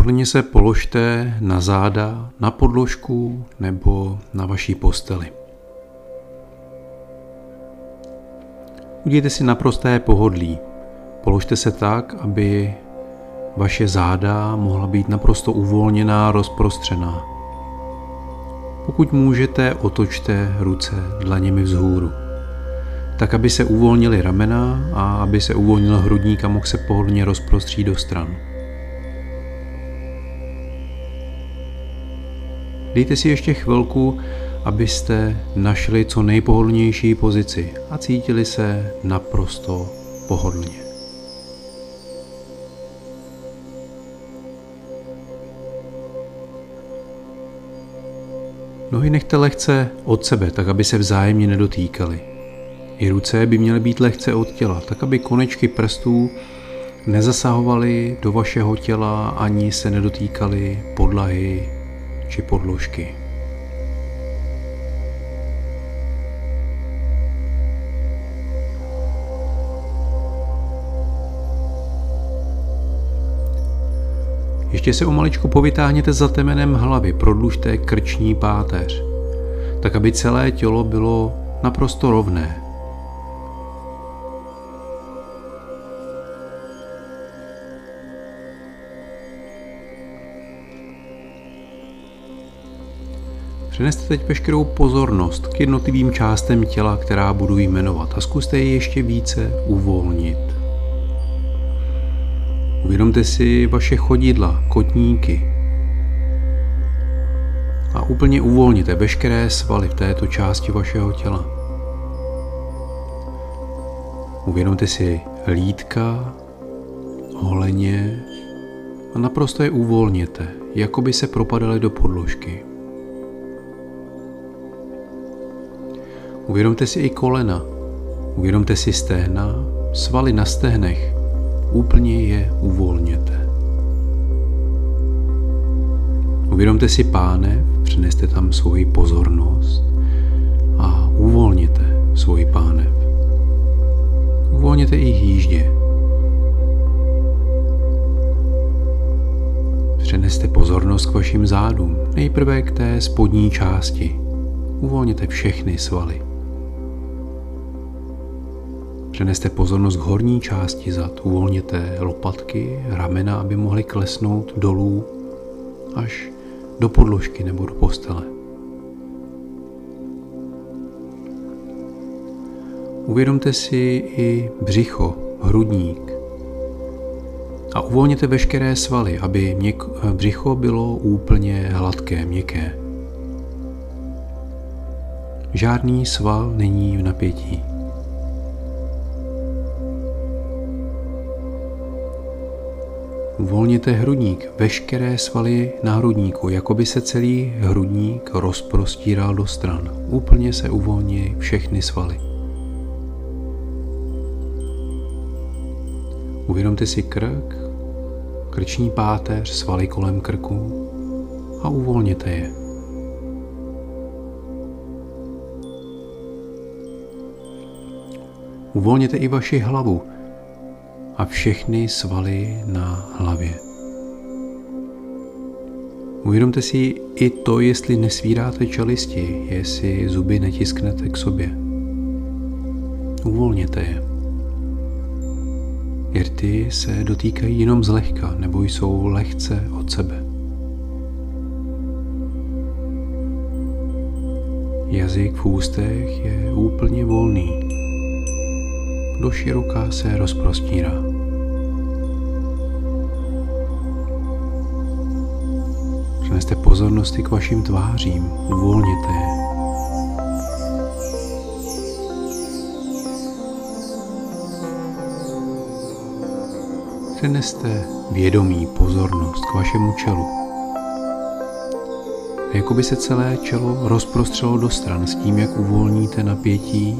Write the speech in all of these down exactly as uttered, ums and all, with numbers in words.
Pohodlně se položte na záda, na podložku nebo na vaší posteli. Udějte si naprosté pohodlí. Položte se tak, aby vaše záda mohla být naprosto uvolněná, rozprostřená. Pokud můžete, otočte ruce dlaněmi vzhůru, tak aby se uvolnily ramena a aby se uvolnil hrudník a mohl se pohodlně rozprostřít do stran. Dejte si ještě chvilku, abyste našli co nejpohodlnější pozici a cítili se naprosto pohodlně. Nohy nechte lehce od sebe, tak aby se vzájemně nedotýkaly. I ruce by měly být lehce od těla, tak aby konečky prstů nezasahovaly do vašeho těla ani se nedotýkaly podlahy či podložky. Ještě se o maličko povytáhněte za temenem hlavy, prodlužte krční páteř, tak aby celé tělo bylo naprosto rovné. Přeneste teď veškerou pozornost k jednotlivým částem těla, která budu jmenovat, a zkuste je ještě více uvolnit. Uvědomte si vaše chodidla, kotníky a úplně uvolněte veškeré svaly v této části vašeho těla. Uvědomte si lítka, holeně a naprosto je uvolněte, jako by se propadaly do podložky. Uvědomte si i kolena, uvědomte si stehna, svaly na stehnech, úplně je uvolněte. Uvědomte si pánev, přeneste tam svoji pozornost a uvolněte svoji pánev. Uvolněte i hýždě. Přeneste pozornost k vašim zádům, nejprve k té spodní části. Uvolněte všechny svaly. Přeneste pozornost k horní části zad, uvolněte lopatky, ramena, aby mohly klesnout dolů až do podložky nebo do postele. Uvědomte si i břicho, hrudník a uvolněte veškeré svaly, aby měk- břicho bylo úplně hladké, měkké. Žádný sval není v napětí. Uvolněte hrudník, veškeré svaly na hrudníku, jako by se celý hrudník rozprostíral do stran. Úplně se uvolní všechny svaly. Uvědomte si krk, krční páteř, svaly kolem krku a uvolněte je. Uvolněte i vaši hlavu a všechny svaly na hlavě. Uvědomte si i to, jestli nesvíráte čelisti, jestli zuby netisknete k sobě. Uvolněte je. Rty se dotýkají jenom zlehka nebo jsou lehce od sebe. Jazyk v ústech je úplně volný. Doširoka se rozprostírá. Přeneste pozornosti k vašim tvářím, uvolněte je. Přeneste vědomí, pozornost k vašemu čelu. Jako by se celé čelo rozprostřelo do stran s tím, jak uvolníte napětí.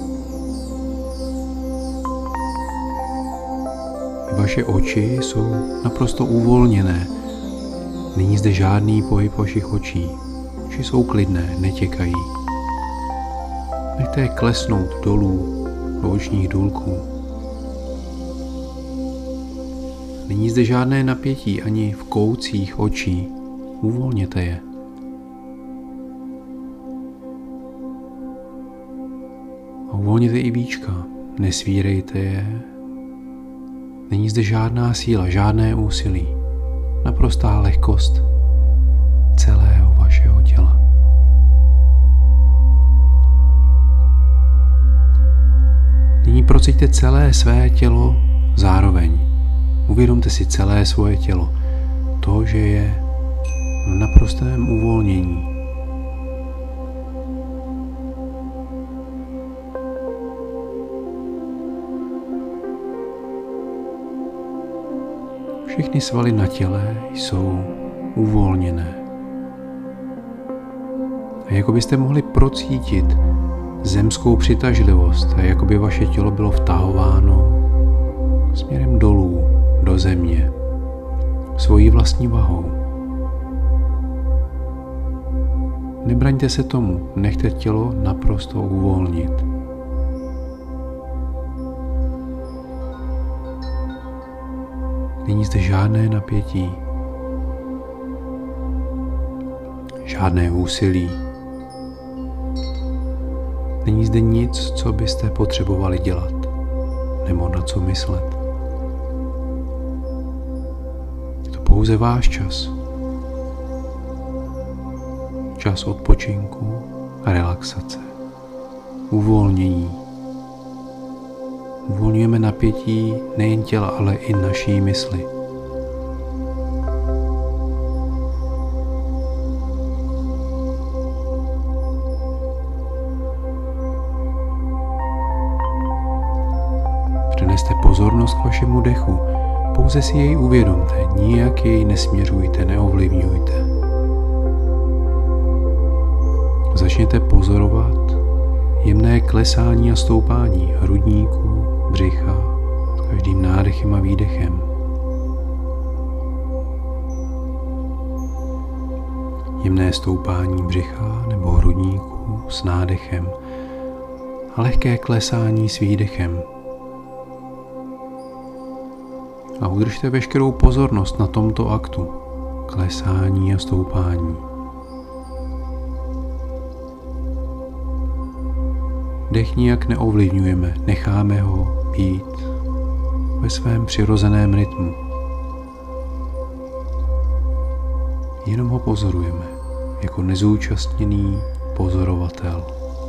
Vaše oči jsou naprosto uvolněné. Není zde žádný pohyb vašich očí. Oči jsou klidné, netěkají. Nechte je klesnout dolů do očních důlků. Není zde žádné napětí ani v koutcích očí. Uvolněte je. A uvolněte i víčka. Nesvírejte je. Není zde žádná síla, žádné úsilí. Naprostá lehkost celého vašeho těla. Nyní procíťte celé své tělo zároveň. Uvědomte si celé svoje tělo. To, že je v naprostém uvolnění. Všechny svaly na těle jsou uvolněné. A jako byste mohli procítit zemskou přitažlivost a jako by vaše tělo bylo vtahováno směrem dolů do země svojí vlastní vahou. Nebraňte se tomu, nechte tělo naprosto uvolnit. Není zde žádné napětí, žádné úsilí. Není zde nic, co byste potřebovali dělat, nebo na co myslet. Je to pouze váš čas. Čas odpočinku a relaxace. Uvolnění. Uvolňujeme napětí nejen těla, ale i naší mysli. Přeneste pozornost k vašemu dechu. Pouze si jej uvědomte, nijak jej nesměřujte, neovlivňujte. Začněte pozorovat jemné klesání a stoupání hrudníku, břicha, každým nádechem a výdechem. Jemné stoupání břicha nebo hrudníku s nádechem a lehké klesání s výdechem. A udržte veškerou pozornost na tomto aktu, klesání a stoupání. Dech nijak neovlivňujeme, necháme ho být ve svém přirozeném rytmu. Jenom ho pozorujeme jako nezúčastněný pozorovatel.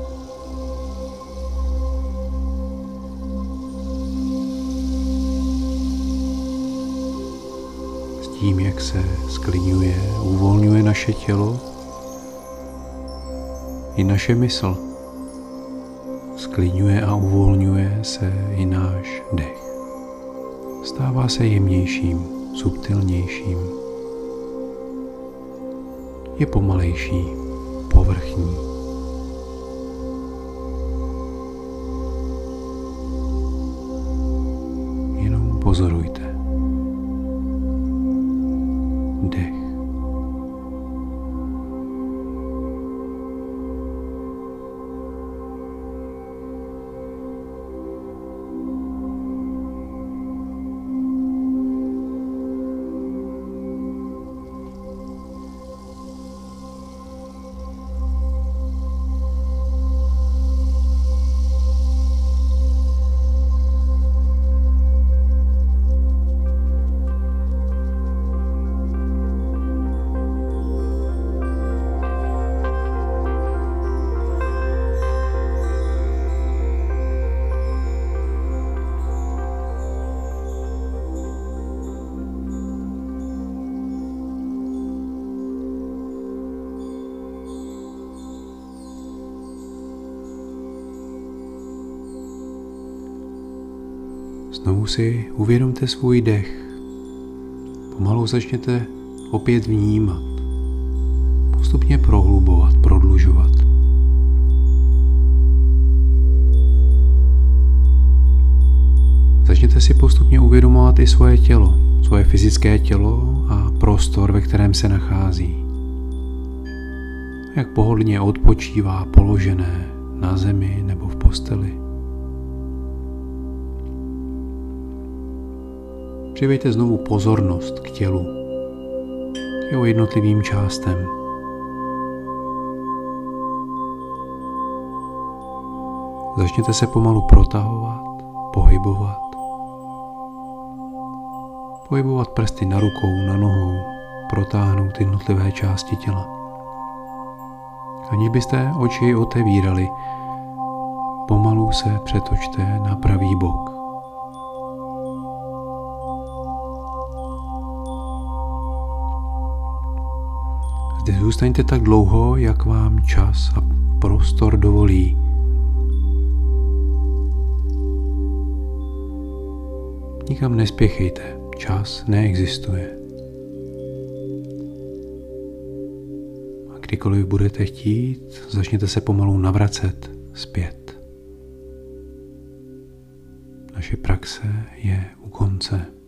S tím, jak se sklidňuje, uvolňuje naše tělo i naše mysl. Sklidňuje a uvolňuje se i náš dech. Stává se jemnějším, subtilnějším. Je pomalejší, povrchní. Jenom pozorujte. Dech. Znovu si uvědomte svůj dech. Pomalu začněte opět vnímat. Postupně prohlubovat, prodlužovat. Začněte si postupně uvědomovat i svoje tělo, svoje fyzické tělo a prostor, ve kterém se nachází. Jak pohodlně odpočívá položené na zemi nebo v posteli. Přivejte znovu pozornost k tělu, k jeho jednotlivým částem. Začněte se pomalu protahovat, pohybovat. Pohybovat prsty na rukou, na nohou, protáhnout jednotlivé části těla. Aniž byste oči otevírali, pomalu se přetočte na pravý bok. Zde zůstaňte tak dlouho, jak vám čas a prostor dovolí. Nikam nespěchejte, čas neexistuje. A kdykoliv budete chtít, začněte se pomalu navracet zpět. Naše praxe je u konce.